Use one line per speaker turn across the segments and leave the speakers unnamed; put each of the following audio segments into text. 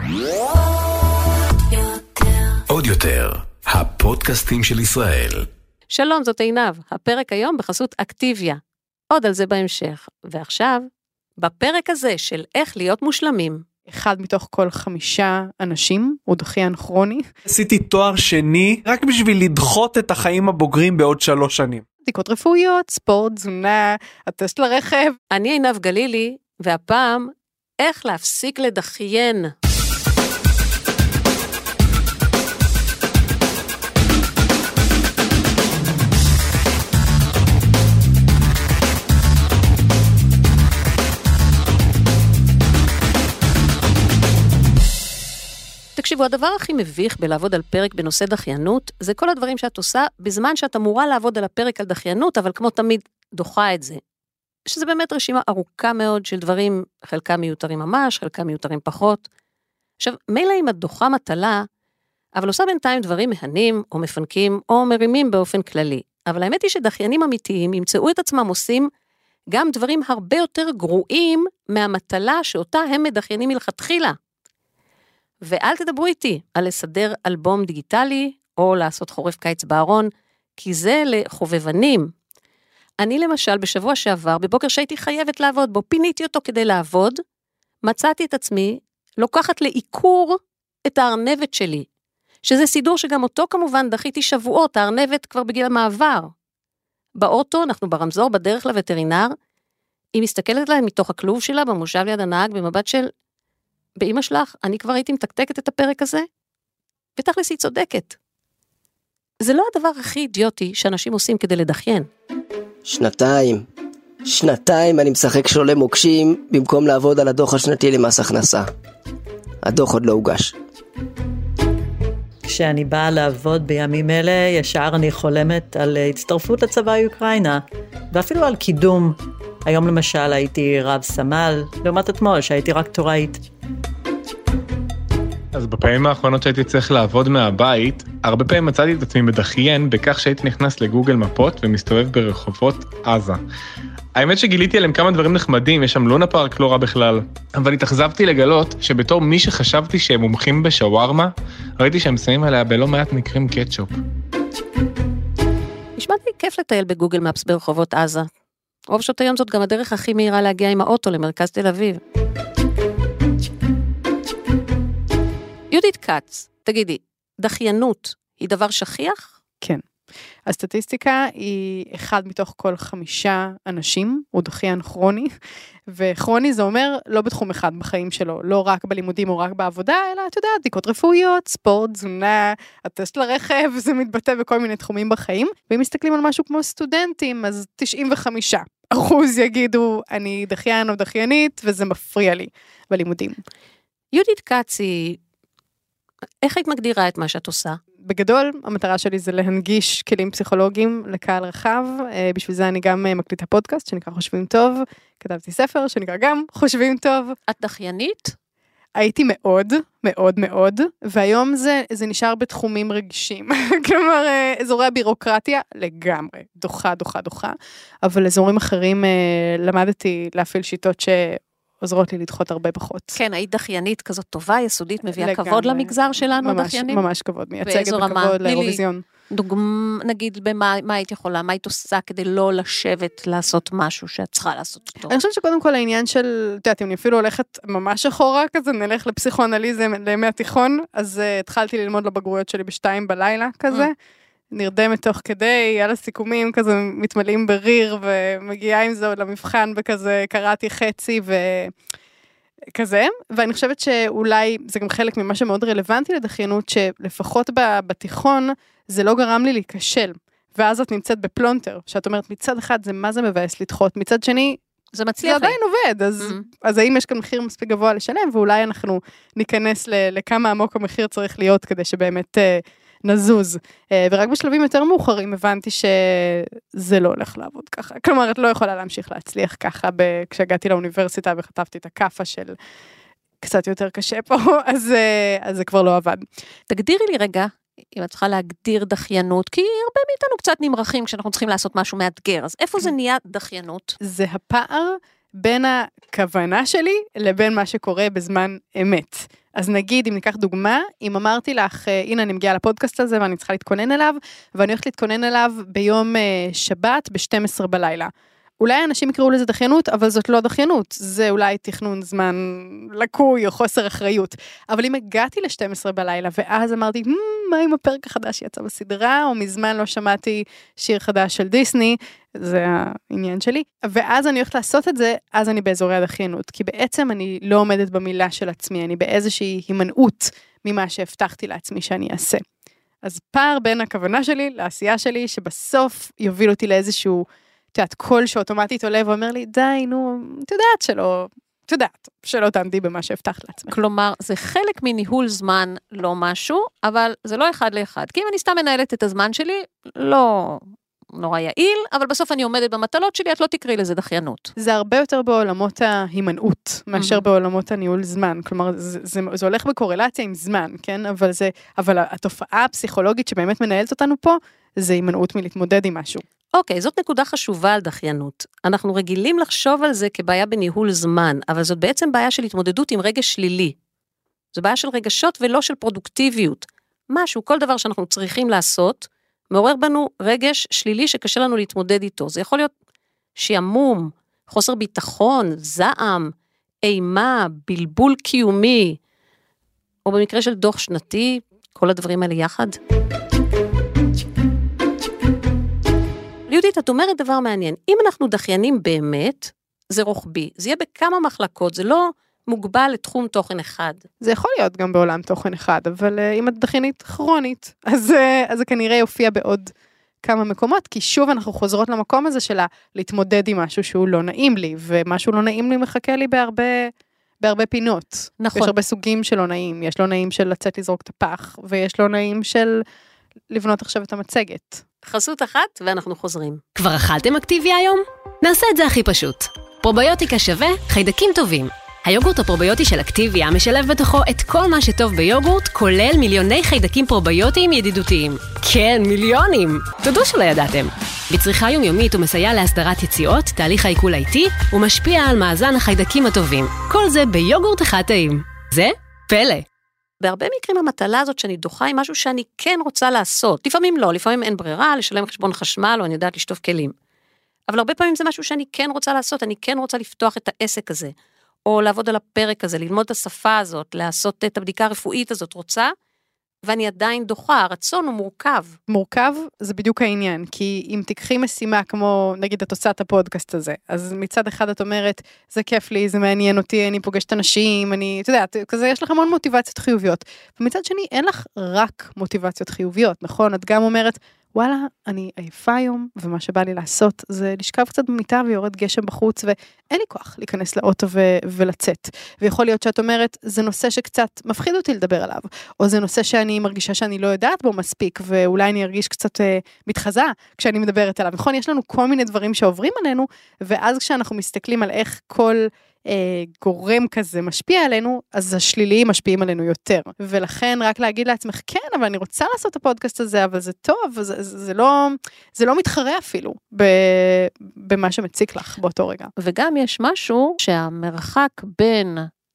עוד יותר, הפודקאסטים של ישראל.
שלום, זאת עינב. הפרק היום בחסות אקטיביה. עוד על זה בהמשך. ועכשיו, בפרק הזה של איך להיות מושלמים.
1 מתוך כל 5 אנשים הוא דחיין כרוני.
עשיתי תואר שני רק בשביל לדחות את החיים הבוגרים בעוד 3 שנים.
בדיקות רפואיות, ספורט, תזונה, הטסט לרכב.
אני עינב גלילי, והפעם, איך להפסיק לדחיין. תקשיבו, הדבר הכי מביך בלעבוד על פרק בנושא דחיינות, זה כל הדברים שאת עושה בזמן שאת אמורה לעבוד על הפרק על דחיינות, אבל כמו תמיד דוחה את זה. שזה באמת רשימה ארוכה מאוד של דברים, חלקם מיותרים ממש, חלקם מיותרים פחות. עכשיו, מילא אם את דוחה מטלה, אבל עושה בינתיים דברים מהנים, או מפנקים, או מרימים באופן כללי. אבל האמת היא שדחיינים אמיתיים ימצאו את עצמם עושים גם דברים הרבה יותר גרועים מהמטלה שאותה הם מדחיינים מלכתחילה. ואל תדברו איתי על לסדר אלבום דיגיטלי, או לעשות חורף קיץ בארון, כי זה לחובבנים. אני למשל בשבוע שעבר, בבוקר שהייתי חייבת לעבוד בו, פיניתי אותו כדי לעבוד, מצאתי את עצמי, לוקחת לעיקור את הארנבת שלי, שזה סידור שגם אותו כמובן דחיתי שבועות, הארנבת כבר בגיל המעבר. באוטו, אנחנו ברמזור, בדרך לווטרינר, היא מסתכלת להם מתוך הכלוב שלה, במושב ליד הנהג, במבט של, באמא שלך, אני כבר הייתי מתקתקת את הפרק הזה, ותכלס היא צודקת. זה לא הדבר הכי אידיוטי שאנשים עושים כדי לדחיין.
2 שנתיים אני משחק שולה מוקשים, במקום לעבוד על הדוח השנתי למס הכנסה. הדוח עוד לא הוגש.
כשאני באה לעבוד בימים אלה, ישר אני חולמת על הצטרפות לצבא אוקראינה, ואפילו על קידום. היום למשל הייתי רב סמל, לעומת אתמול שהייתי רק תוראית.
אז בפעמים האחרונות שהייתי צריך לעבוד מהבית, הרבה פעמים מצאתי את עצמי מדחיין בכך שהייתי נכנס לגוגל מפות ומסתובב ברחובות עזה. האמת שגיליתי עליהם כמה דברים נחמדים, יש שם לונה פארק לא רע בכלל, אבל התאכזבתי לגלות שבתור מי שחשבתי שהם מומחים בשווארמה, ראיתי שהם שמים עליה בלא מעט מקרים קטשופ.
נשמע לי כיף לטייל בגוגל מפס ברחובות עזה. רוב שעות היום זאת גם הדרך הכי מהירה להגיע עם האוטו למרכז תל אביב. יהודית קץ, תגידי, דחיינות היא דבר שכיח?
כן. הסטטיסטיקה היא 1 מתוך כל 5 אנשים הוא דחיין כרוני, וכרוני זה אומר לא בתחום אחד בחיים שלו, לא רק בלימודים או רק בעבודה, אלא אתה יודע, בדיקות רפואיות, ספורט, תזונה, הטסט לרכב, זה מתבטא בכל מיני תחומים בחיים, ואם מסתכלים על משהו כמו סטודנטים, אז 95% יגידו אני דחיין או דחיינית, וזה מפריע לי בלימודים.
יהודית קץ היא, איך היית מגדירה את מה שאת עושה?
בגדול, המטרה שלי זה להנגיש כלים פסיכולוגיים לקהל רחב, בשביל זה אני גם מקליטה פודקאסט שנקרא חושבים טוב, כתבתי ספר שנקרא גם חושבים טוב.
את דחיינית?
הייתי מאוד, מאוד מאוד, והיום זה נשאר בתחומים רגישים, כלומר, אזורי הבירוקרטיה לגמרי, דוחה, אבל אזורים אחרים למדתי להפעיל שיטות עוזרות לי לדחות הרבה פחות.
כן, היית דחיינית כזאת טובה, יסודית, מביאה כבוד למגזר שלנו, דחיינים?
ממש כבוד, מייצגת בכבוד לאירוויזיון.
נגיד, מה היית יכולה, מה היית עושה כדי לא לשבת לעשות משהו שאת צריכה לעשות אותו?
אני חושבת שקודם כל העניין של, תראי, אני אפילו הולכת ממש אחורה כזה, נלך לפסיכואנליזה לימי התיכון, אז התחלתי ללמוד לבגרויות שלי ב2 בלילה כזה, נרדמת תוך כדי, על הסיכומים כזה מתמלאים בריר, ומגיעה עם זה עוד למבחן, וכזה קראתי חצי וכזה, ואני חושבת שאולי זה גם חלק ממה שמאוד רלוונטי לדחיינות, שלפחות בתיכון, זה לא גרם לי להיכשל, ואז את נמצאת בפלונטר, שאת אומרת מצד אחד זה מה זה מבאס לדחות, מצד שני,
זה מצליח.
זה עדיין עובד, אז האם יש כאן מחיר מספיק גבוה לשלם, ואולי אנחנו ניכנס לכמה עמוק המחיר צריך להיות, כדי שבאמת נזוז, ורק בשלבים יותר מאוחרים הבנתי שזה לא הולך לעבוד ככה, כלומר את לא יכולה להמשיך להצליח ככה, כשהגעתי לאוניברסיטה וחטפתי את הקפה של קצת יותר קשה פה, אז זה כבר לא עבד.
תגדירי לי רגע, אם את צריכה להגדיר דחיינות, כי הרבה מאיתנו קצת נמרחים כשאנחנו צריכים לעשות משהו מאתגר, אז איפה זה נהיה דחיינות?
זה הפער בין הכוונה שלי לבין מה שקורה בזמן אמת. אז נגיד, אם ניקח דוגמה, אם אמרתי לך, הנה אני מגיעה לפודקאסט הזה ואני צריכה להתכונן אליו, ואני הולכת להתכונן אליו ביום שבת ב-12 בלילה. אולי אנשים יקראו לזה דחיינות, אבל זאת לא דחיינות, זה אולי תכנון זמן לקוי או חוסר אחריות. אבל אם הגעתי ל-12 בלילה, ואז אמרתי, מה עם הפרק החדש שיצא בסדרה, או מזמן לא שמעתי שיר חדש של דיסני, זה העניין שלי, ואז אני הולכת לעשות את זה, אז אני באזורי הדחיינות, כי בעצם אני לא עומדת במילה של עצמי, אני באיזושהי הימנעות ממה שהבטחתי לעצמי שאני אעשה. אז פער בין הכוונה שלי לעשייה שלי, שבסוף יוביל אותי לאיזשהו, את יודעת, קול שאוטומטית עולה ואומר לי, די, נו, את יודעת שלא תעמדי במה שהבטחת לעצמך.
כלומר, זה חלק מניהול זמן לא משהו, אבל זה לא אחד לאחד. כי אם אני סתם מנהלת את הזמן שלי, לא נורא יעיל, אבל בסוף אני עומדת במטלות שלי, את לא תקראי לזה דחיינות.
זה הרבה יותר בעולמות ההימנעות, מאשר בעולמות הניהול זמן. כלומר, זה הולך בקורלציה עם זמן, כן? אבל התופעה הפסיכולוגית שבאמת מנהלת אותנו פה, זה הימנעות מלהתמודד עם משהו.
אוקיי, זאת נקודה חשובה על דחיינות. אנחנו רגילים לחשוב על זה כבעיה בניהול זמן, אבל זאת בעצם בעיה של התמודדות עם רגש שלילי. זו בעיה של רגשות ולא של פרודוקטיביות. משהו, כל דבר שאנחנו צריכים לעשות, מעורר בנו רגש שלילי שקשה לנו להתמודד איתו. זה יכול להיות שעמום, חוסר ביטחון, זעם, אימה, בלבול קיומי, או במקרה של דוח שנתי, כל הדברים האלה יחד. יהודית, את אומרת דבר מעניין, אם אנחנו דחיינים באמת, זה רוחבי, זה יהיה בכמה מחלקות, זה לא מוגבל לתחום תוכן אחד. זה
יכול להיות גם בעולם תוכן אחד, אבל אם את דחיינית כרונית, אז זה כנראה יופיע בעוד כמה מקומות, כי שוב אנחנו חוזרות למקום הזה שלה, להתמודד עם משהו שהוא לא נעים לי, ומשהו לא נעים לי מחכה לי בהרבה פינות.
נכון.
יש הרבה סוגים של לא נעים, יש לא נעים של לצאת לזרוק את הפח, ויש לא נעים של לבנות עכשיו את המצגת.
חסות אחת ואנחנו חוזרים.
כבר אכלתם אקטיביה היום? נעשה את זה הכי פשוט. פרוביוטיקה שווה חיידקים טובים. היוגורט הפרוביוטי של אקטיביה משלב בתוכו את כל מה שטוב ביוגורט, כולל מיליוני חיידקים פרוביוטיים ידידותיים. כן, מיליונים! תודו שלא ידעתם. בצריכה יומיומית הוא מסייע להסדרת יציאות, תהליך העיכול האיטי, ומשפיע על מאזן החיידקים הטובים. כל זה ביוגורט אחד טעים. זה פלא.
בהרבה מקרים המטלה הזאת שאני דוחה היא משהו שאני כן רוצה לעשות. לפעמים לא, לפעמים אין ברירה, לשלם חשבון חשמל, או אני יודעת לשטוף כלים. אבל הרבה פעמים זה משהו שאני כן רוצה לעשות, אני כן רוצה לפתוח את העסק הזה, או לעבוד על הפרק הזה, ללמוד את השפה הזאת, לעשות את הבדיקה הרפואית הזאת, רוצה, ואני עדיין דוחה, הרצון הוא מורכב.
מורכב זה בדיוק העניין, כי אם תיקחי משימה כמו, נגיד, את עושה את הפודקאסט הזה, אז מצד אחד את אומרת, זה כיף לי, זה מעניין אותי, אני פוגשת אנשים, את יודעת, כזה יש לך המון מוטיבציות חיוביות, ומצד שני אין לך רק מוטיבציות חיוביות, נכון? את גם אומרת, וואלה, אני עייפה היום, ומה שבא לי לעשות זה לשכב קצת במיטה ויורד גשם בחוץ, ואין לי כוח להיכנס לאוטו ולצאת. ויכול להיות שאת אומרת, זה נושא שקצת מפחיד אותי לדבר עליו, או זה נושא שאני מרגישה שאני לא יודעת בו מספיק, ואולי אני ארגיש קצת מתחזה כשאני מדברת עליו. נכון, יש לנו כל מיני דברים שעוברים עלינו, ואז כשאנחנו מסתכלים על איך כל גורם כזה משפיע עלינו, אז השליליים משפיעים עלינו יותר. ולכן רק להגיד לעצמך, כן, אבל אני רוצה לעשות את הפודקאסט הזה, אבל זה טוב, זה לא מתחרה אפילו במה שמציק לך באותו רגע.
וגם יש משהו שהמרחק בין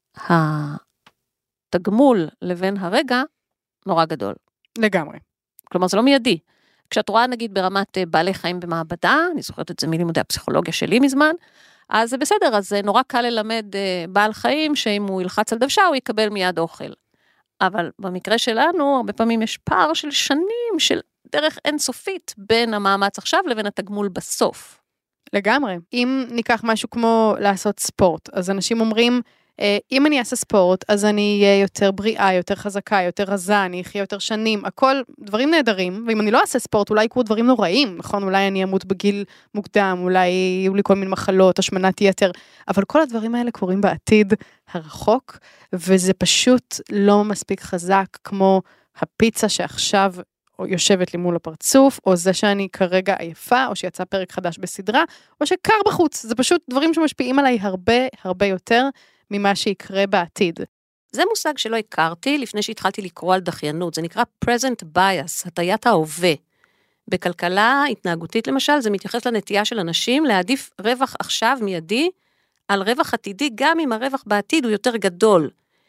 התגמול לבין הרגע נורא גדול.
לגמרי.
כלומר, זה לא מיידי. כשאת רואה נגיד ברמת בעלי חיים במעבדה, אני זוכרת את זה מלימודי הפסיכולוגיה שלי מזמן, אז זה בסדר, אז זה נורא קל ללמד בעל חיים, שאם הוא ילחץ על דוושה, הוא יקבל מיד אוכל. אבל במקרה שלנו, הרבה פעמים יש פער של שנים, של דרך אינסופית, בין המאמץ עכשיו לבין התגמול בסוף.
לגמרי. אם ניקח משהו כמו לעשות ספורט, אז אנשים אומרים, אם אני אעשה ספורט, אז אני אהיה יותר בריאה, יותר חזקה, יותר רזה, אני אחיה יותר שנים, הכל דברים נהדרים, ואם אני לא אעשה ספורט, אולי יקרו דברים נוראים, נכון? אולי אני אמות בגיל מוקדם, אולי יהיו לי כל מיני מחלות, השמנת יתר, אבל כל הדברים האלה קורים בעתיד הרחוק, וזה פשוט לא מספיק חזק, כמו הפיצה שעכשיו יושבת לי מול הפרצוף, או זה שאני כרגע עייפה, או שיצא פרק חדש בסדרה, או שקר בחוץ, זה פשוט דברים שמשפיעים עליי הרבה יותר, ממה שיקרה בעתיד.
זה מושג שלא הכרתי לפני שהתחלתי לקרוא על דחיינות, זה נקרא present bias, הטיית ההווה. בכלכלה התנהגותית למשל, זה מתייחס לנטייה של אנשים להעדיף רווח עכשיו מיידי, על רווח עתידי, גם אם הרווח בעתיד הוא יותר גדול.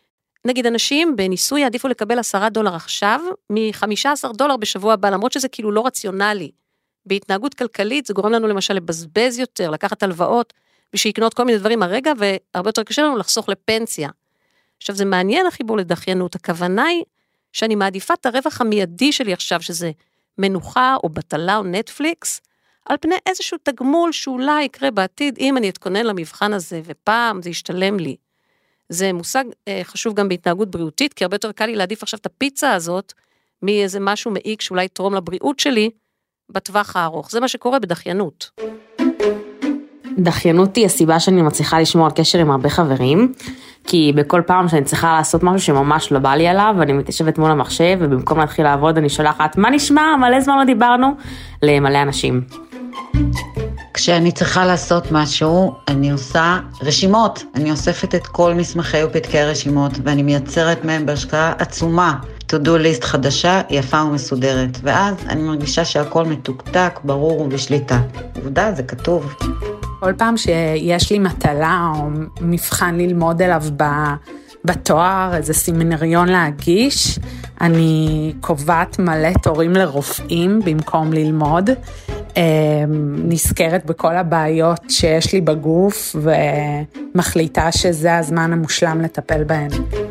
נגיד אנשים בניסוי יעדיפו לקבל $10 עכשיו, $15 בשבוע הבא, למרות שזה כאילו לא רציונלי. בהתנהגות כלכלית זה גורם לנו למשל לבזבז יותר, לקחת הלוואות, בשביל לקנות כל מיני דברים הרגע, והרבה יותר קשה לנו לחסוך לפנסיה. עכשיו זה מעניין החיבור לדחיינות, הכוונה היא שאני מעדיפה את הרווח המיידי שלי עכשיו, שזה מנוחה או בטלה או נטפליקס, על פני איזשהו תגמול שאולי יקרה בעתיד, אם אני אתכונן למבחן הזה, ופעם זה ישתלם לי. זה מושג חשוב גם בהתנהגות בריאותית, כי הרבה יותר קל לי להעדיף עכשיו את הפיצה הזאת, מאיזה משהו מעיק שאולי יתרום לבריאות שלי, בטווח הארוך. זה מה שקורה בדחיינות.
דחיינות היא הסיבה שאני מצליחה לשמור על קשר עם הרבה חברים, כי בכל פעם שאני צריכה לעשות משהו שממש לא בא לי עליו, אני מתיישבת מול המחשב, ובמקום להתחיל לעבוד אני שולחת, מה נשמע? מלא זמן לא דיברנו, למלא אנשים.
כשאני צריכה לעשות משהו, אני עושה רשימות. אני אוספת את כל מסמכי ופתקי הרשימות, ואני מייצרת מהם בהשקעה עצומה. to-do list חדשה, יפה ומסודרת. ואז אני מרגישה שהכל מתוקתק, ברור ובשליטה. עובדה, זה כתוב.
כל פעם שיש לי מטלה או מבחן ללמוד אליו בתואר, איזה סמינריון להגיש, אני קובעת מלא תורים לרופאים במקום ללמוד, נזכרת בכל הבעיות שיש לי בגוף ומחליטה שזה הזמן המושלם לטפל בהן.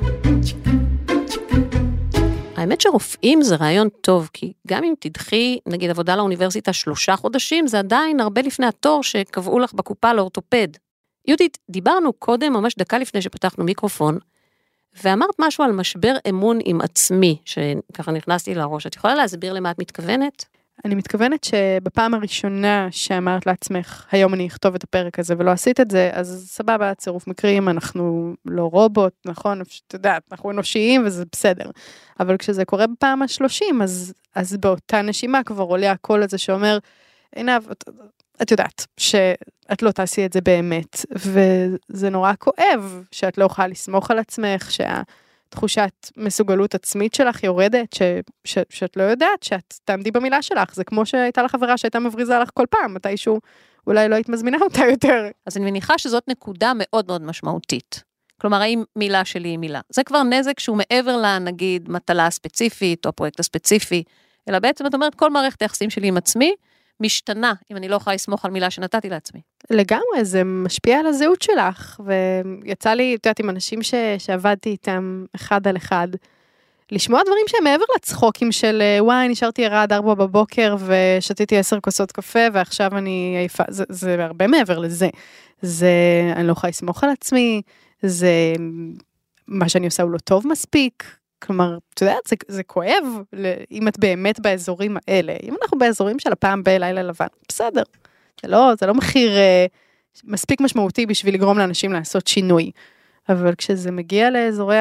האמת שרופאים זה רעיון טוב, כי גם אם תדחי, נגיד עבודה לאוניברסיטה 3 חודשים, זה עדיין הרבה לפני התור שקבעו לך בקופה לאורתופד. יהודית, דיברנו קודם, ממש דקה לפני שפתחנו מיקרופון, ואמרת משהו על משבר אמון עם עצמי, שככה נכנסתי לראש. את יכולה להסביר למה את מתכוונת?
אני מתכוונת שבפעם הראשונה שאמרת לעצמך, היום אני אכתוב את הפרק הזה ולא עשית את זה, אז סבבה, צירוף מקרים, אנחנו לא רובוט, נכון? אתה יודעת, אנחנו אנושיים וזה בסדר. אבל כשזה קורה בפעם ה-30, אז באותה נשימה כבר עולה הקול הזה שאומר, עינב, את יודעת שאת לא תעשי את זה באמת, וזה נורא כואב שאת לא יכולה לסמוך על עצמך, תחושת מסוגלות עצמית שלך יורדת, שאת לא יודעת, שאת תעמדי במילה שלך, זה כמו שהייתה לך חברה שהייתה מבריזה לך כל פעם, מתישהו אולי לא היית מזמינה אותה יותר.
אז אני מניחה שזאת נקודה מאוד מאוד משמעותית. כלומר, האם מילה שלי היא מילה? זה כבר נזק שהוא מעבר לה, נגיד, מטלה ספציפית, או פרויקט הספציפי, אלא בעצם את אומרת, כל מערכת היחסים שלי עם עצמי, משתנה, אם אני לא יכולה לסמוך על מילה שנתתי לעצמי.
לגמרי, זה משפיע על הזהות שלך, ויצא לי, יודעת, עם אנשים שעבדתי איתם אחד על אחד, לשמוע דברים שהם מעבר לצחוקים של, וואי, נשארתי ערה עד 4 בבוקר, ושתיתי 10 כוסות קפה, ועכשיו אני עייפה, זה הרבה מעבר לזה. אני לא יכולה לסמוך על עצמי, זה, מה שאני עושה הוא לא טוב מספיק, כלומר, אתה יודעת, זה כואב, אם את באמת באזורים האלה, אם אנחנו באזורים של הפעם בלילה לבן, בסדר, זה לא מחיר מספיק משמעותי בשביל לגרום לאנשים לעשות שינוי, אבל כשזה מגיע לאזורי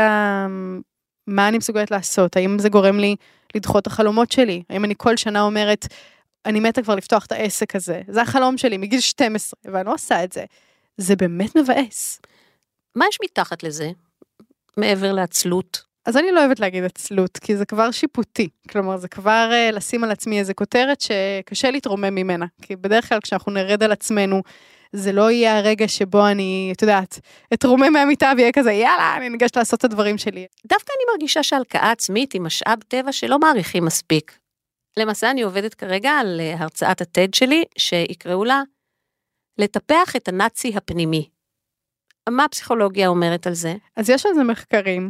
מה אני מסוגלת לעשות, האם זה גורם לי לדחות את החלומות שלי, האם אני כל שנה אומרת, אני מתה כבר לפתוח את העסק הזה, זה החלום שלי מגיל 12, ואני לא עושה את זה, זה באמת מבאס.
מה יש מתחת לזה, מעבר לעצלות?
אז אני לא אוהבת להגיד עצלות, כי זה כבר שיפוטי, כלומר זה כבר לשים על עצמי איזה כותרת שקשה להתרומם ממנה, כי בדרך כלל כשאנחנו נרד על עצמנו, זה לא יהיה הרגע שבו אני, את יודעת, אתרומם מהמיטה ויהיה כזה, יאללה, אני ניגש לעשות את הדברים שלי.
דווקא אני מרגישה שהלקאה עצמית היא משאב טבע שלא מעריכים מספיק. למעשה אני עובדת כרגע על הרצאת הטד שלי, שיקראו לה, לטפח את הנאצי הפנימי. מה הפסיכולוגיה אומרת על זה?
אז יש על זה מחקרים.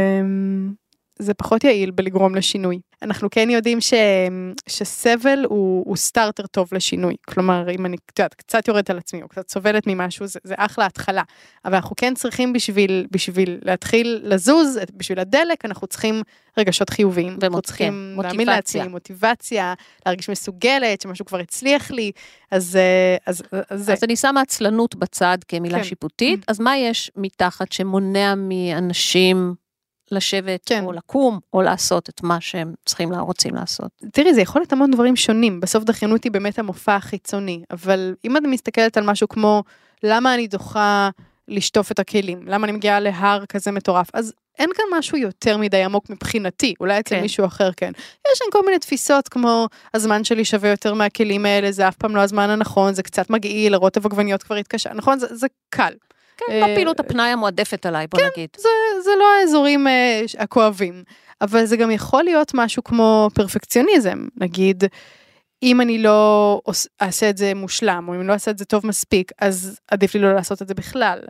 זה פחות יעיל בלגרום לשינוי. אנחנו כן יודעים שסבל הוא סטארטר טוב לשינוי. כלומר, אם אני קצת יורדת על עצמי, או קצת סובלת ממשהו, זה אחלה התחלה. אבל אנחנו כן צריכים בשביל להתחיל לזוז, בשביל הדלק, אנחנו צריכים רגשות חיוביים. אנחנו צריכים להאמין לעצמי, מוטיבציה, להרגיש מסוגלת, שמשהו כבר הצליח לי. אז
אני שמה עצלנות בצד כמילה שיפוטית. אז מה יש מתחת שמונע מאנשים לשבת או לקום, או לעשות את מה שהם צריכים רוצים לעשות.
תראי, זה יכול להיות המון דברים שונים. בסוף דחיינות היא באמת המופע החיצוני, אבל אם את מסתכלת על משהו כמו, למה אני דוחה לשטוף את הכלים? למה אני מגיעה להר כזה מטורף? אז אין כאן משהו יותר מדי עמוק מבחינתי, אולי אצל מישהו אחר כן. יש שם כל מיני תפיסות כמו, הזמן שלי שווה יותר מהכלים האלה, זה אף פעם לא הזמן הנכון, זה קצת מגעיל, לרוטב עגבניות כבר התקשה, נכון? זה קל.
כן, לא פעילות הפנאי המועדפת עליי, בוא נגיד.
זה לא האזורים הכואבים, אבל זה גם יכול להיות משהו כמו פרפקציוניזם, נגיד, אם אני לא אעשה את זה מושלם, או אם אני לא אעשה את זה טוב מספיק, אז עדיף לי לא לעשות את זה בכלל.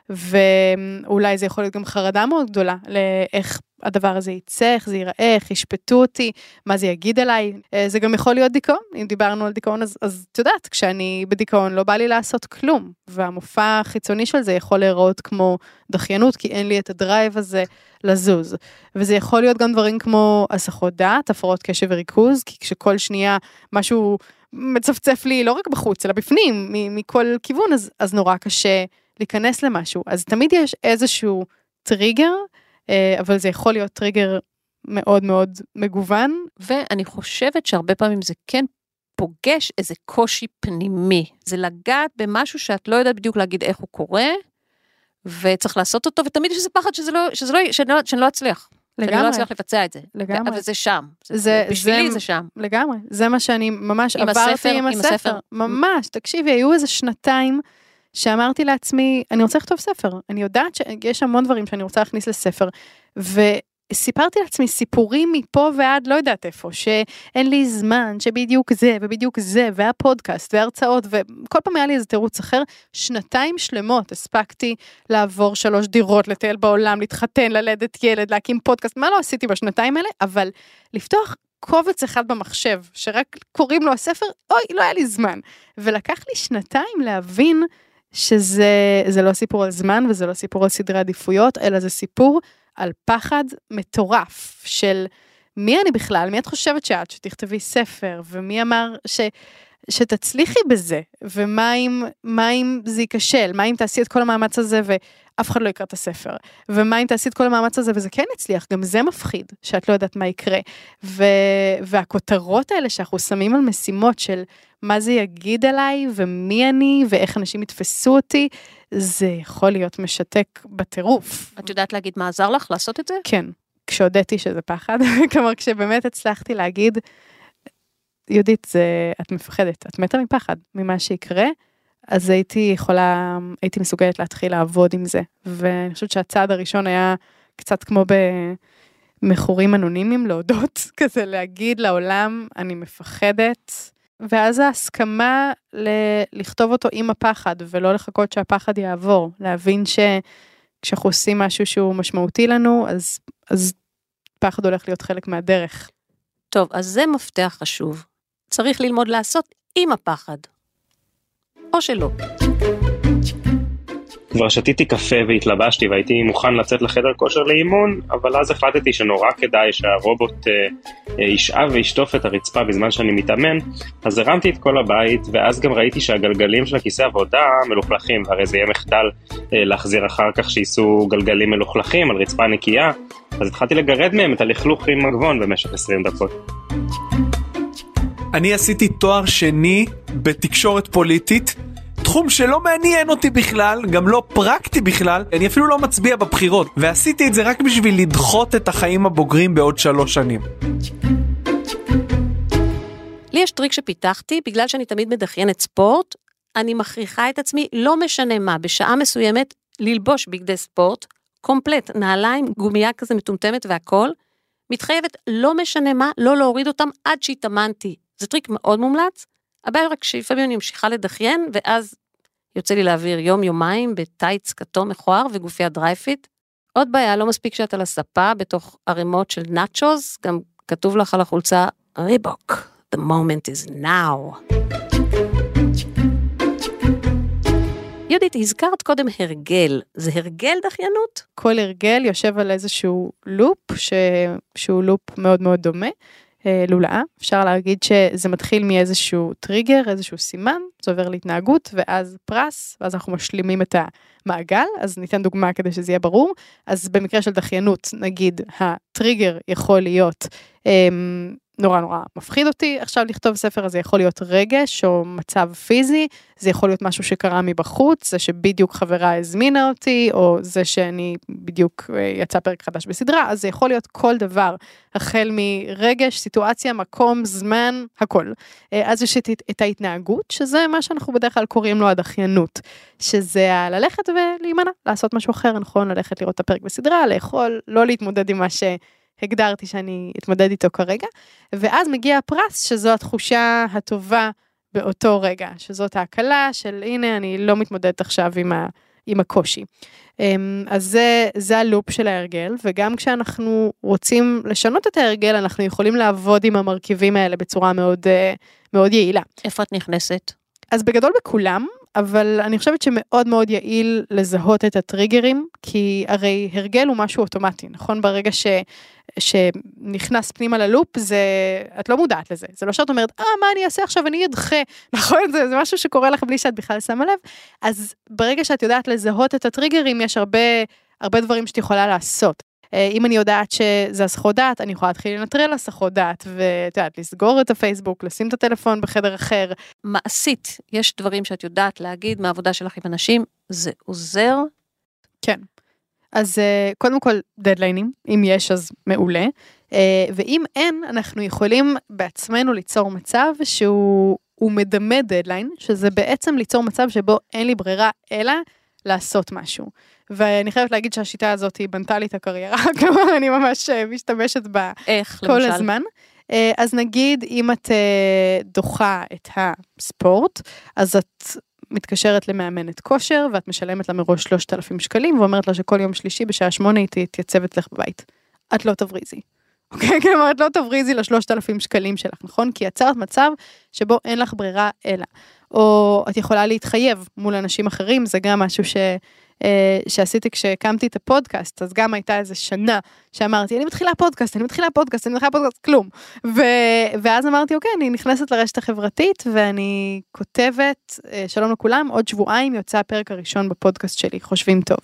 ואולי זה יכול להיות גם חרדה מאוד גדולה, לאיך הדבר הזה יצא, איך זה ייראה, איך ישפטו אותי, מה זה יגיד עליי. זה גם יכול להיות דיכאון, אם דיברנו על דיכאון, אז את יודעת, כשאני בדיכאון לא בא לי לעשות כלום, והמופע החיצוני של זה יכול להיראות כמו דחיינות, כי אין לי את הדרייב הזה לזוז. וזה יכול להיות גם דברים כמו הסחות דעת, הפרעות קשב וריכוז, כי כשכל שנייה משהו מצפצף לי לא רק בחוץ, אלא בפנים, מכל כיוון, אז נורא קשה להיכנס למשהו. אז תמיד יש איזשהו טריגר, אבל זה יכול להיות טריגר מאוד מאוד מגוון.
ואני חושבת שהרבה פעמים זה כן פוגש איזה קושי פנימי. זה לגעת במשהו שאת לא יודעת בדיוק להגיד איך הוא קורה, וצריך לעשות אותו, ותמיד יש איזה פחד שאני לא אצליח. לגמרי. שאני לא אצליח לבצע את זה. לגמרי. אבל זה שם. בשבילי זה שם.
לגמרי. זה מה שאני ממש עברתי עם הספר. ממש, תקשיבי, היו איזה שנתיים, שאמרתי לעצמי, אני רוצה לכתוב ספר, אני יודעת שיש המון דברים שאני רוצה להכניס לספר, וסיפרתי לעצמי סיפורים מפה ועד לא יודעת איפה, שאין לי זמן, שבדיוק זה ובדיוק זה, והפודקאסט וההרצאות, וכל פעם היה לי איזה תירוץ אחר, שנתיים שלמות הספקתי לעבור 3 דירות, לטייל בעולם, להתחתן, ללדת ילד, להקים פודקאסט, מה לא עשיתי בשנתיים האלה, אבל לפתוח קובץ אחד במחשב, שרק קוראים לו הספר, אוי, לא היה לי זמן, ולקח לי שנתיים להבין שזה לא סיפור על זמן, וזה לא סיפור על סדרי עדיפויות, אלא זה סיפור על פחד מטורף, של מי אני בכלל, מי את חושבת שתכתבי ספר, ומי אמר שתצליחי בזה, ומה אם זה ייכשל, מה אם תעשי את כל המאמץ הזה, ואף אחד לא יקרא את הספר, ומה אם תעשי את כל המאמץ הזה, וזה כן יצליח, גם זה מפחיד, שאת לא יודעת מה יקרה, והכותרות האלה שאנחנו שמים על משימות של מה זה יגיד עליי, ומי אני, ואיך אנשים יתפסו אותי, זה יכול להיות משתק בטירוף.
את יודעת להגיד מה עזר לך לעשות את זה?
כן, כשהודיתי שזה פחד, כלומר כשבאמת הצלחתי להגיד, יהודית, את מפחדת, את מתה מפחד, ממה שיקרה, אז הייתי מסוגלת להתחיל לעבוד עם זה, ואני חושבת שהצעד הראשון היה קצת כמו במחורים אנונימיים, להודות, כזה להגיד לעולם, אני מפחדת, ואז ההסכמה לכתוב אותו עם הפחד, ולא לחכות שהפחד יעבור, להבין שכשאנחנו עושים משהו שהוא משמעותי לנו, אז פחד הולך להיות חלק מהדרך.
טוב, אז זה מפתח חשוב. צריך ללמוד לעשות עם הפחד. או שלא.
כבר שתיתי קפה והתלבשתי והייתי מוכן לצאת לחדר כושר לאימון, אבל אז החלטתי שנורא כדאי שהרובוט ישאב וישטוף את הרצפה בזמן שאני מתאמן, אז הרמתי את כל הבית, ואז גם ראיתי שהגלגלים של הכיסא עבודה מלוכלכים, והרי זה יהיה מחדל להחזיר אחר כך שייסו גלגלים מלוכלכים על רצפה נקייה, אז התחלתי לגרד מהם את הלכלוך עם הגבון במשך 20 דקות.
אני עשיתי תואר שני בתקשורת פוליטית, תחום שלא מעניין אותי בכלל, גם לא פרקטי בכלל, אני אפילו לא מצביע בבחירות, ועשיתי את זה רק בשביל לדחות את החיים הבוגרים בעוד 3 שנים.
לי יש טריק שפיתחתי, בגלל שאני תמיד מדחיינת ספורט, אני מכריחה את עצמי, לא משנה מה, בשעה מסוימת, ללבוש בגדי ספורט, קומפלט, נעליים, גומייה כזה מטומטמת והכל, מתחייבת לא משנה מה, לא להוריד אותם עד שהתאמנתי. זה טריק מאוד מומלץ, הבעיה רק שלפעמים אני ממשיכה לדחיין, ואז יוצא לי להעביר יום-יומיים בטייץ כתום מכוער וגופיה דרייפיט. עוד בעיה, לא מספיק שאת על הספה בתוך ערימות של נאצ'וז, גם כתוב לך על החולצה, ריבוק, the moment is now. יהודית, הזכרת קודם הרגל, זה הרגל דחיינות?
כל הרגל יושב על איזשהו לופ, שהוא לופ מאוד מאוד דומה, לולאה, אפשר להגיד שזה מתחיל מאיזשהו טריגר, איזשהו סימן, זה עובר להתנהגות, ואז פרס, ואז אנחנו משלימים את המעגל, אז ניתן דוגמה כדי שזה יהיה ברור, אז במקרה של דחיינות, נגיד, הטריגר יכול להיות נורא נורא מפחיד אותי עכשיו לכתוב ספר, אז זה יכול להיות רגש או מצב פיזי, זה יכול להיות משהו שקרה מבחוץ, זה שבדיוק חברה הזמינה אותי, או זה שאני בדיוק יצא פרק חדש בסדרה, אז זה יכול להיות כל דבר, החל מרגש, סיטואציה, מקום, זמן, הכל. אז יש את ההתנהגות, שזה מה שאנחנו בדרך כלל קוראים לו הדחיינות, שזה ללכת ולהימנע, לעשות משהו אחר, נכון, ללכת לראות את הפרק בסדרה, לאכול, לא להתמודד עם מה הגדרתי שאני אתמודד איתו כרגע, ואז מגיע הפרס, שזו התחושה הטובה באותו רגע, שזאת ההקלה של הנה אני לא מתמודדת עכשיו עם הקושי. אז זה הלופ של ההרגל, וגם כשאנחנו רוצים לשנות את ההרגל, אנחנו יכולים לעבוד עם המרכיבים האלה בצורה מאוד, מאוד יעילה.
איפה את נכנסת?
אז בגדול בכולם, אבל אני חושבת שמאוד מאוד יעיל לזהות את הטריגרים, כי הרי הרגל הוא משהו אוטומטי, נכון? ברגע שנכנס פנימה ללופ, את לא מודעת לזה. זה לא שאת אומרת, מה אני אעשה עכשיו? אני אדחה. נכון? זה משהו שקורה לך בלי שאת בכלל שמה לב. אז ברגע שאת יודעת לזהות את הטריגרים, יש הרבה דברים שאת יכולה לעשות. אם אני יודעת שזה הסחות דעת, אני יכולה להתחיל לנטרל הסחות דעת, ואת יודעת, לסגור את הפייסבוק, לשים את הטלפון בחדר אחר.
מעשית, יש דברים שאת יודעת להגיד מהעבודה שלך עם אנשים, זה עוזר?
כן. אז קודם כל דדליינים, אם יש אז מעולה, ואם אין, אנחנו יכולים בעצמנו ליצור מצב שהוא מדמה דדליין, שזה בעצם ליצור מצב שבו אין לי ברירה אלא לעשות משהו. ואני חייבת להגיד שהשיטה הזאת היא בנתה לי את הקריירה, כלומר אני ממש משתמשת בה כל הזמן. אז נגיד אם את דוחה את הספורט, אז את מתקשרת למאמנת כושר, ואת משלמת לה מראש 3,000 שקלים, ואומרת לה שכל יום שלישי בשעה 8 היא תתייצבת לך בבית. את לא תבריזי. אוקיי? כלומר, את לא תבריזי ל3,000 שקלים שלך, נכון? כי יצרת מצב שבו אין לך ברירה אלא. או את יכולה להתחייב מול אנשים אחרים, זה גם משהו שעשיתי כשהקמתי את הפודקאסט, אז גם הייתה איזו שנה שאמרתי, אני מתחילה פודקאסט, כלום. ואז אמרתי, אוקיי, אני נכנסת לרשת החברתית, ואני כותבת, שלום לכולם, עוד שבועיים יוצא הפרק הראשון בפודקאסט שלי, חושבים טוב.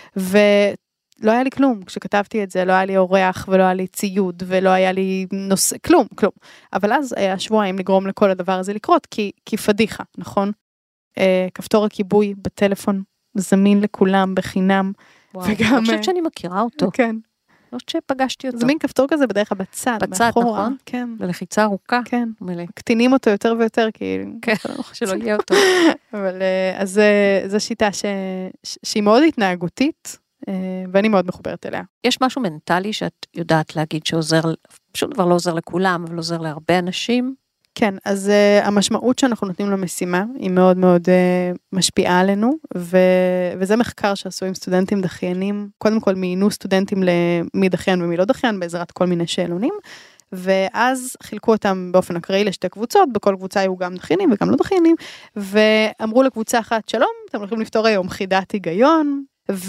ולא היה לי כלום, כשכתבתי את זה, לא היה לי אורח, ולא היה לי ציוד, ולא היה לי נושא, כלום. אבל אז היה שבועיים לגרום לכל הדבר הזה לקרות, כי פדיחה, נכון? כפתור הכיבוי בטלפון, זמין לכולם בחינם.
וואו, אני חושבת שאני מכירה אותו.
כן.
לא שפגשתי אותו.
זמין כפתור כזה בדרך כלל בצד, מאחורה.
נכון?
כן.
בלחיצה ארוכה.
כן. מקטינים אותו יותר ויותר, כי...
כן, שלא יהיה אותו.
אבל אז זו שיטה שהיא מאוד התנהגותית, ואני מאוד מחוברת אליה.
יש משהו מנטלי שאת יודעת להגיד שעוזר, פשוט דבר לא עוזר לכולם, אבל עוזר להרבה אנשים?
כן, אז המשמעות שאנחנו נותנים למשימה היא מאוד מאוד משפיעה עלינו, וזה מחקר שעשו עם סטודנטים דחיינים, קודם כל מיינו סטודנטים למי דחיין ומי לא דחיין, בעזרת כל מיני שאלונים, ואז חילקו אותם באופן אקראי לשתי קבוצות, בכל קבוצה היו גם דחיינים וגם לא דחיינים, ואמרו לקבוצה אחת, שלום, אתם הולכים לפתור היום חידת היגיון,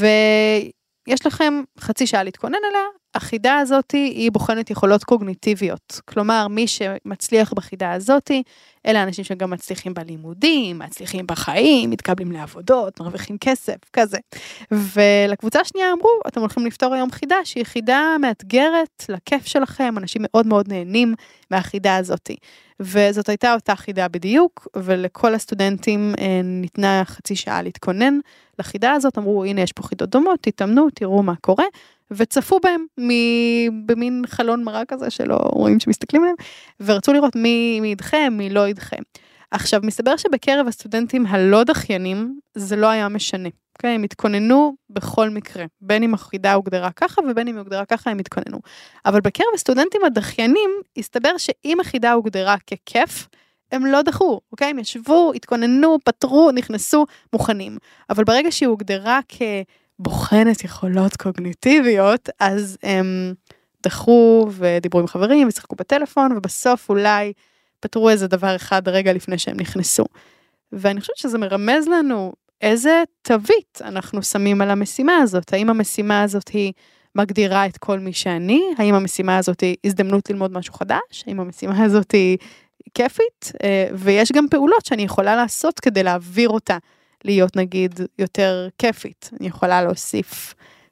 ויש לכם חצי שעה להתכונן אליה, החידה הזאת היא בוחנת יכולות קוגניטיביות, כלומר מי שמצליח בחידה הזאת, אלה אנשים שגם מצליחים בלימודים, מצליחים בחיים, מתקבלים לעבודות, מרוויחים כסף, כזה. ולקבוצה השנייה אמרו, אתם הולכים לפתור היום חידה, שהיא חידה מאתגרת לכיף שלכם, אנשים מאוד מאוד נהנים מהחידה הזאת. וזאת הייתה אותה חידה בדיוק, ולכל הסטודנטים ניתנה חצי שעה להתכונן לחידה הזאת, אמרו, הנה יש פה חידות דומות, תתאמנו, תראו מה קורה, וצפו בהם במין חלון מראה כזה שלא רואים שמסתכלים עליהם, ורצו לראות מי ידחה, מי לא ידחה. עכשיו, מסתבר שבקרב הסטודנטים הלא דחיינים, זה לא היה משנה. Okay, הם התכוננו בכל מקרה, בין אם החידה הוגדרה ככה, ובין אם היא הוגדרה ככה, הם התכוננו. אבל בקרב הסטודנטים הדחיינים, הסתבר שאם החידה הוגדרה ככיף, הם לא דחו, אוקיי? הם ישבו, התכוננו, פתרו, נכנסו, מוכנים. אבל ברגע שהיא הוגדרה כבוחנת יכולות קוגניטיביות, אז הם דחו ודיברו עם חברים, ושחקו בטלפון, ובסוף אולי פתרו איזה דבר אחד רגע לפני שהם נכנסו. ואני חושבת שזה מרמז לנו איזה תווית אנחנו שמים על המשימה הזאת. האם המשימה הזאת היא מגדירה את כל מי שאני? האם המשימה הזאת היא הזדמנות ללמוד משהו חדש? האם המשימה הזאת היא כיפית? ויש גם פעולות שאני יכולה לעשות כדי להעביר אותה להיות נגיד יותר כיפית. אני יכולה להוסיף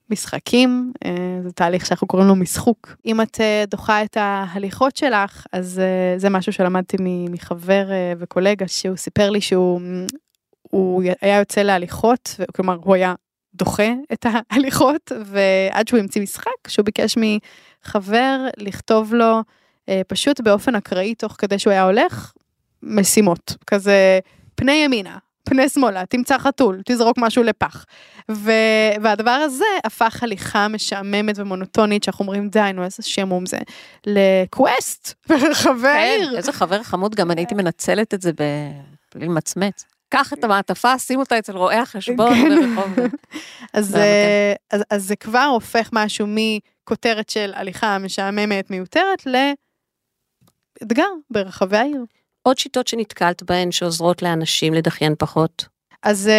משחקים, זה תהליך שאנחנו קוראים לו משחוק. אם את דוחה את ההליכות שלך, אז זה משהו שלמדתי מחבר וקולגה, שהוא סיפר לי שהוא היה יוצא להליכות, כלומר הוא היה דוחה את ההליכות, ועד שהוא המציא משחק, שהוא ביקש מחבר לכתוב לו, פשוט באופן אקראי, תוך כדי שהוא היה הולך, משימות, כזה פני ימינה, פני שמאלה, תמצא חתול, תזרוק משהו לפח. והדבר הזה הפך הליכה משעממת ומונוטונית, שאנחנו אומרים, די, נו, איזה שמום זה, לקווסט, ברחבי העיר.
כן, איזה חבר חמוד, גם אני הייתי מנצלת את זה בלי מצמץ. קח את המעטפה, שים אותה אצל רואי החשבון ברחוב.
אז זה כבר הופך משהו מכותרת של הליכה משעממת מיותרת לאתגר ברחבי העיר.
עוד שיטות שנתקלת בהן שעוזרות לאנשים לדחיין פחות?
אז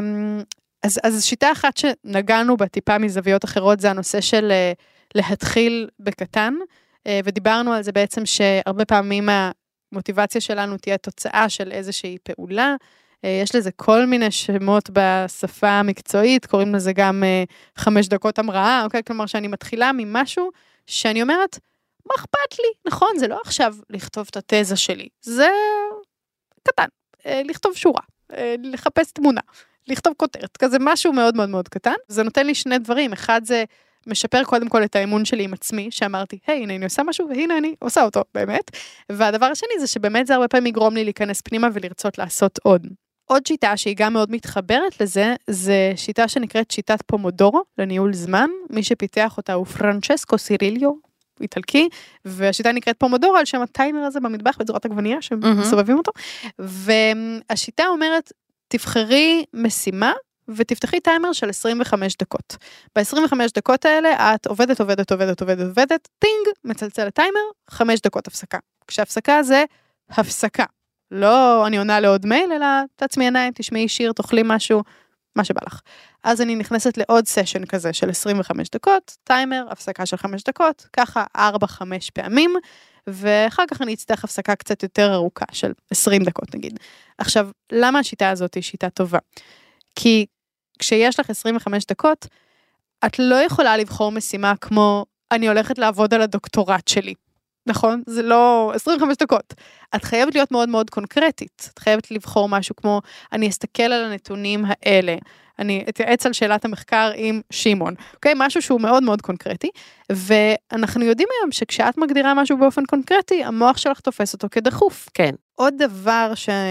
שיטה אחת שנגענו בה טיפה מזוויות אחרות, זה הנושא של להתחיל בקטן, ודיברנו על זה בעצם שהרבה פעמים המוטיבציה שלנו תהיה תוצאה של איזושהי פעולה, יש לזה כל מיני שמות בשפה המקצועית, קוראים לזה גם 5 דקות המראה, אוקיי? כלומר שאני מתחילה ממשהו שאני אומרת, מה אכפת לי? נכון, זה לא עכשיו לכתוב את התזה שלי, זה קטן, לכתוב שורה, לחפש תמונה, לכתוב כותרת, כזה משהו מאוד מאוד מאוד קטן. זה נותן לי שני דברים, אחד זה משפר קודם כל את האמון שלי עם עצמי, שאמרתי, היי, הנה אני עושה משהו, והנה אני עושה אותו, באמת. והדבר השני זה שבאמת זה הרבה פעמים יגרום לי להיכנס פנימה ולרצות לעשות עוד. עוד שיטה שהיא גם מאוד מתחברת לזה, זה שיטה שנקראת שיטת פומודורו, לניהול זמן. מי שפיתח אותה הוא פרנצ'סקו סיריליו, איטלקי, והשיטה נקראת פומודורו, על שם הטיימר הזה במטבח, בצורת עגבנייה, שמסובבים אותו. והשיטה אומרת, תבחרי משימה, ותפתחי טיימר של 25 דקות. ב-25 דקות האלה, את עובדת, טינג, מצלצל הטיימר, 5 דקות הפסקה. כשהפסקה זה הפסקה. לא אני עונה לעוד מייל, אלא תעצמי עיניים, תשמעי שיר, תאכלי משהו, מה שבא לך. אז אני נכנסת לעוד סשן כזה של 25 דקות, טיימר, הפסקה של 5 דקות, ככה 4-5 פעמים, ואחר כך אני אצטרך הפסקה קצת יותר ארוכה, של 20 דקות נגיד. עכשיו, למה השיטה הזאת היא שיטה טובה? כי כשיש לך 25 דקות, את לא יכולה לבחור משימה כמו, אני הולכת לעבוד על הדוקטורט שלי. נכון? זה לא 25 דקות. את חייבת להיות מאוד מאוד קונקרטית. את חייבת לבחור משהו כמו, אני אסתכל על הנתונים האלה. אני אתייעץ על שאלת המחקר עם שימון. אוקיי? משהו שהוא מאוד מאוד קונקרטי. ואנחנו יודעים היום שכשאת מגדירה משהו באופן קונקרטי, המוח שלך תופס אותו כדחוף.
כן.
עוד דבר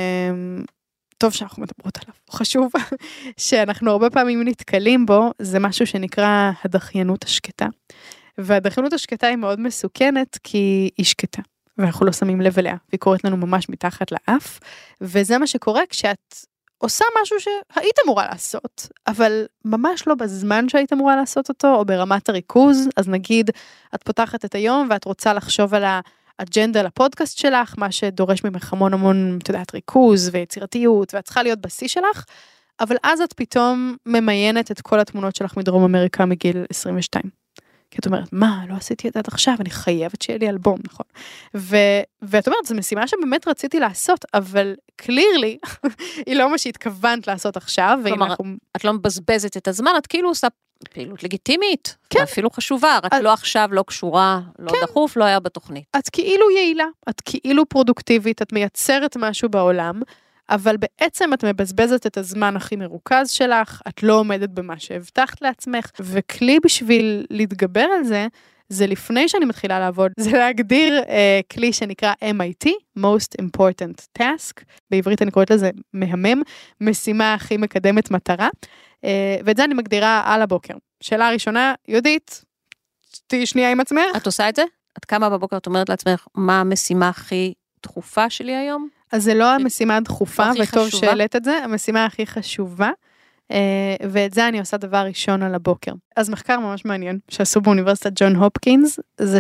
טוב שאנחנו מדברות עליו, חשוב, שאנחנו הרבה פעמים נתקלים בו, זה משהו שנקרא הדחיינות השקטה. והדחיינות השקטה היא מאוד מסוכנת, כי היא שקטה, ואנחנו לא שמים לב אליה, והיא קורית לנו ממש מתחת לאף, וזה מה שקורה כשאת עושה משהו שהיית אמורה לעשות, אבל ממש לא בזמן שהיית אמורה לעשות אותו, או ברמת הריכוז, אז נגיד, את פותחת את היום, ואת רוצה לחשוב על אג'נדה לפודקאסט שלך, מה שדורש ממך המון, את יודעת, ריכוז ויצירתיות, ואת צריכה להיות בשיא שלך, אבל אז את פתאום ממיינת את כל התמונות שלך מדרום אמריקה מגיל 22. כי את אומרת, מה, לא עשיתי את זה עד עכשיו, אני חייבת שיהיה לי אלבום, נכון? ואת אומרת, זו משימה שבאמת רציתי לעשות, אבל קלירלי, היא לא מה שהתכוונת לעשות עכשיו,
כלומר, את לא מבזבזת את הזמן, את כאילו עושה פעילות לגיטימית, כן. אפילו חשובה, רק לא עכשיו, לא קשורה, לא כן. דחוף, לא היה בתוכנית.
את כאילו יעילה, את כאילו פרודוקטיבית, את מייצרת משהו בעולם, אבל בעצם את מבזבזת את הזמן הכי מרוכז שלך, את לא עומדת במה שהבטחת לעצמך, וכלי בשביל להתגבר על זה, זה לפני שאני מתחילה לעבוד, זה להגדיר כלי שנקרא MIT, Most Important Task, בעברית אני קוראת לזה מהמם, משימה הכי מקדמת מטרה, ואת זה אני מגדירה על הבוקר. שאלה ראשונה, יודית, תהי שנייה עם עצמך.
את עושה את זה? את קמה בבוקר, את אומרת לעצמך, מה המשימה הכי דחופה שלי היום?
אז זה לא המשימה הדחופה, וטוב שהעלית את זה, המשימה הכי חשובה, ואת זה אני עושה דבר ראשון על הבוקר. אז מחקר ממש מעניין, שעשו באוניברסיטת ג'ון הופקינס, זה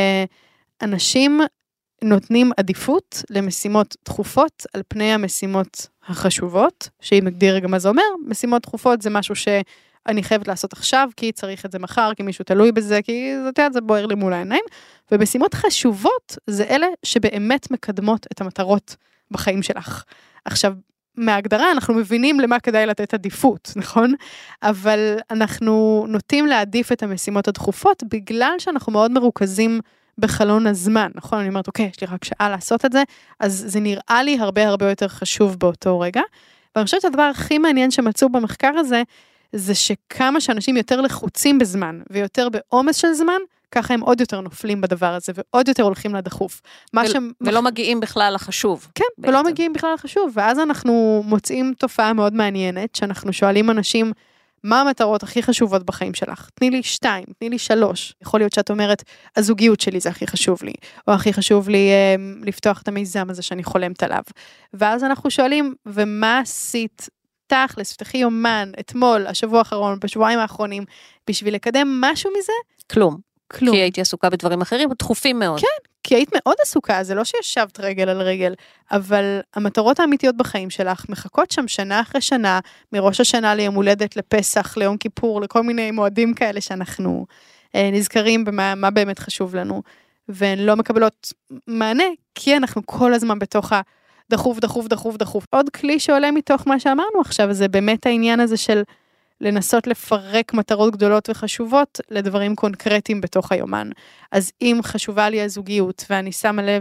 שאנשים נותנים עדיפות למשימות דחופות, על פני המשימות החשובות, שהיא מגדיר גם מה זה אומר, משימות דחופות זה משהו שאני חייבת לעשות עכשיו, כי צריך את זה מחר, כי מישהו תלוי בזה, כי זה בוער לי מול העיניים, ומשימות חשובות זה אלה שבאמת מקדמות את המטרות בחיים שלך. עכשיו, מההגדרה אנחנו מבינים למה כדאי לתת עדיפות, נכון? אבל אנחנו נוטים להעדיף את המשימות הדחופות, בגלל שאנחנו מאוד מרוכזים בחלון הזמן, נכון? אני אומרת, אוקיי, יש לי רק שעה לעשות את זה, אז זה נראה לי הרבה הרבה יותר חשוב באותו רגע. ואני חושבת שהדבר הכי מעניין שמצאו במחקר הזה, זה שכמה שאנשים יותר לחוצים בזמן, ויותר בעומס של זמן, ככה הם עוד יותר נופלים בדבר הזה, ועוד יותר הולכים לדחוף.
ולא מגיעים בכלל לחשוב.
כן, ולא מגיעים בכלל לחשוב, ואז אנחנו מוצאים תופעה מאוד מעניינת, שאנחנו שואלים אנשים, מה המטרות הכי חשובות בחיים שלך? תני לי 2, תני לי 3. יכול להיות שאת אומרת, הזוגיות שלי זה הכי חשוב לי, או הכי חשוב לי לפתוח את המיזם הזה שאני חולמת עליו. ואז אנחנו שואלים, ומה עשית תכלס, פתחי יומן, אתמול, השבוע האחרון, בשבועיים האחרונים, בשביל לקדם משהו מזה?
כלום. כי הייתי עסוקה בדברים אחרים, דחופים מאוד.
כן, כי היית מאוד עסוקה, זה לא שישבת רגל על רגל, אבל המטרות האמיתיות בחיים שלך מחכות שם שנה אחרי שנה, מראש השנה ליום הולדת, לפסח, ליום כיפור, לכל מיני מועדים כאלה שאנחנו נזכרים במה באמת חשוב לנו, והן לא מקבלות מענה, כי אנחנו כל הזמן בתוך דחוף, דחוף, דחוף, דחוף. עוד כלי שעולה מתוך מה שאמרנו עכשיו, זה באמת העניין הזה של לנסות לפרק מטרות גדולות וחשובות לדברים קונקרטיים בתוך היומן. אז אם חשובה לי הזוגיות, ואני שמה לב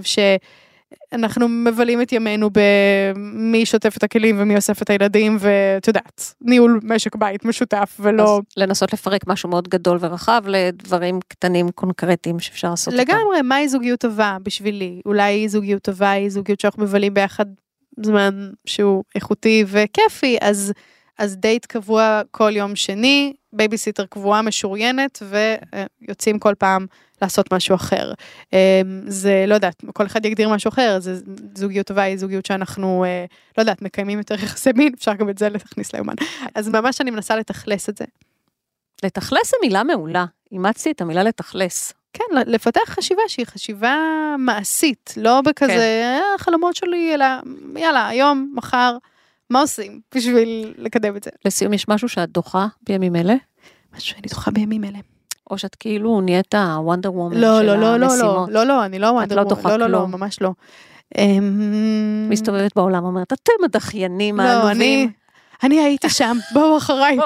שאנחנו מבלים את ימינו במי שוטף את הכלים ומי אוסף את הילדים, ואת יודעת, ניהול משק בית משותף ולא...
אז לנסות לפרק משהו מאוד גדול ורחב לדברים קטנים קונקרטיים שאפשר לעשות אותם.
לגמרי, מהי זוגיות טובה בשבילי? אולי זוגיות טובה היא זוגיות שאנחנו מבלים ביחד זמן שהוא איכותי וכיפי, אז דייט קבוע כל יום שני, בייביסיטר קבועה משוריינת, ויוצאים כל פעם לעשות משהו אחר. זה, לא יודעת, כל אחד יגדיר משהו אחר, זה זוגיות טובה, היא זוגיות שאנחנו, לא יודעת, מקיימים יותר יחסי מין, אפשר גם את זה לתכניס ליומן. אז ממש אני מנסה לתכלס את זה.
לתכלס זה מילה מעולה, אימצתי את המילה לתכלס.
כן, לפתח חשיבה שהיא חשיבה מעשית, לא בכזה, חלומות שלי, אלא יאללה, היום, מחר, מה עושים בשביל לקדם את זה?
לסיום, יש משהו שאת דוחה בימים אלה?
משהו שאני דוחה בימים אלה.
או שאת כאילו נהיית הוונדר וומן
של
המשימות.
לא, אני לא וונדר וומן. לא, ממש לא.
מסתובבת בעולם, אומרת, אתם הדחיינים העלובים.
אני הייתי שם, בואו אחריי.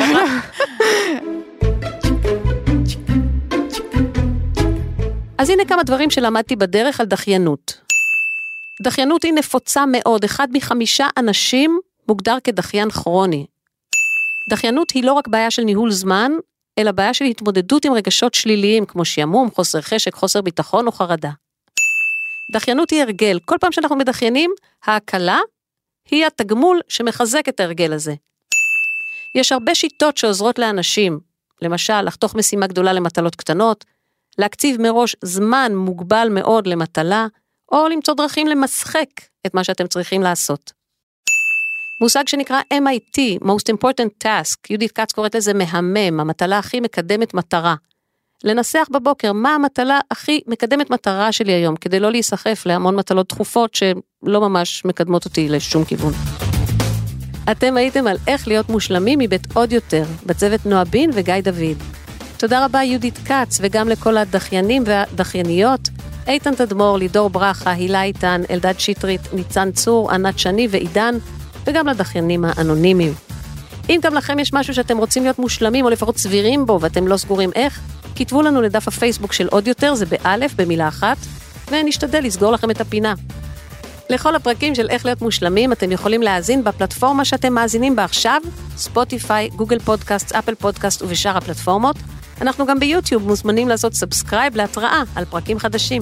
אז הנה כמה דברים שלמדתי בדרך על דחיינות. דחיינות היא נפוצה מאוד, 1 מ-5 אנשים מוגדר כדחיין כרוני. דחיינות היא לא רק בעיה של ניהול זמן, אלא בעיה של התמודדות עם רגשות שליליים, כמו שעמום, חוסר חשק, חוסר ביטחון או חרדה. דחיינות היא הרגל, כל פעם שאנחנו מדחיינים, ההקלה היא התגמול שמחזק את ההרגל הזה. יש הרבה שיטות שעוזרות לאנשים, למשל, לחתוך משימה גדולה למטלות קטנות, להקציב מראש זמן מוגבל מאוד למטלה, או למצוא דרכים למשחק את מה שאתם צריכים לעשות. מושג שנקרא MIT, Most Important Task, יהודית קץ קוראת לזה מהמם, המטלה הכי מקדמת מטרה. לנסח בבוקר מה המטלה הכי מקדמת מטרה שלי היום, כדי לא להיסחף להמון מטלות דחופות שלא ממש מקדמות אותי לשום כיוון. אתם הייתם על איך להיות מושלמים מבית עוד יותר, בצוות נועה בין וגיא דוד. תודה רבה יהודית קץ וגם לכל הדחיינים והדחייניות, איתן תדמור, לידור ברכה, הילה איתן, אלדד שטרית, ניצן צור, ענת שני ועידן, וגם לדחיינים האנונימיים. אם גם לכם יש משהו שאתם רוצים להיות מושלמים או לפחות סבירים בו ואתם לא סגורים איך, כתבו לנו לדף הפייסבוק של עוד יותר, זה באלף, במילה אחת, ונשתדל לסגור לכם את הפינה. לכל הפרקים של איך להיות מושלמים אתם יכולים להאזין בפלטפורמה שאתם מאזינים בה עכשיו, ספוטיפיי, גוגל פודקאסט, אפל פודקאסט ובשאר הפלטפורמות. אנחנו גם ביוטיוב מוזמנים לעשות סאבסקרייב להתראה על פרקים חדשים.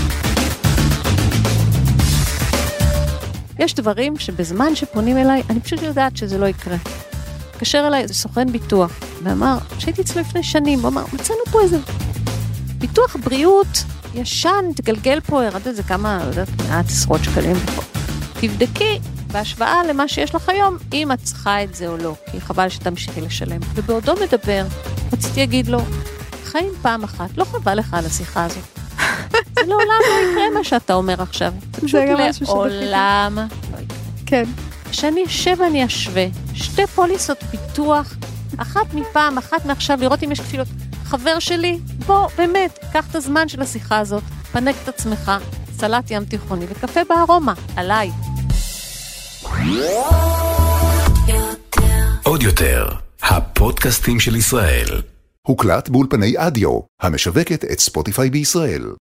יש דברים שבזמן שפונים אליי, אני פשוט יודעת שזה לא יקרה. קשר אליי איזה סוכן ביטוח, ואמר, שהייתי אצלו לפני שנים, הוא אמר, מצאנו פה איזה ביטוח בריאות, ישן, תגלגל פה, ירד איזה כמה, לא יודעת, מעט עשרות שקלים. תבדקי בהשוואה למה שיש לך היום, אם את צריכה את זה או לא, כי חבל שתמשיכי לשלם. ובעודו מדבר, רציתי להגיד לו, חיים פעם אחת, לא חבל לך על השיחה הזאת. זה לעולם לא יקרה מה שאתה אומר עכשיו. זה פשוט לעולם לא יקרה.
כן.
כשאני אשב ואני אשווה, 2 פוליסות ביטוח, אחת מפעם, אחת מעכשיו, לראות אם יש כפילות. חבר שלי, בוא, באמת, קח את הזמן של השיחה הזאת, פנק את עצמך, סלט ים תיכוני וקפה בארומה, עליי.
עוד יותר, הפודקאסטים של ישראל.
הוקלט באולפני אדיו, המשווקת את ספוטיפיי בישראל.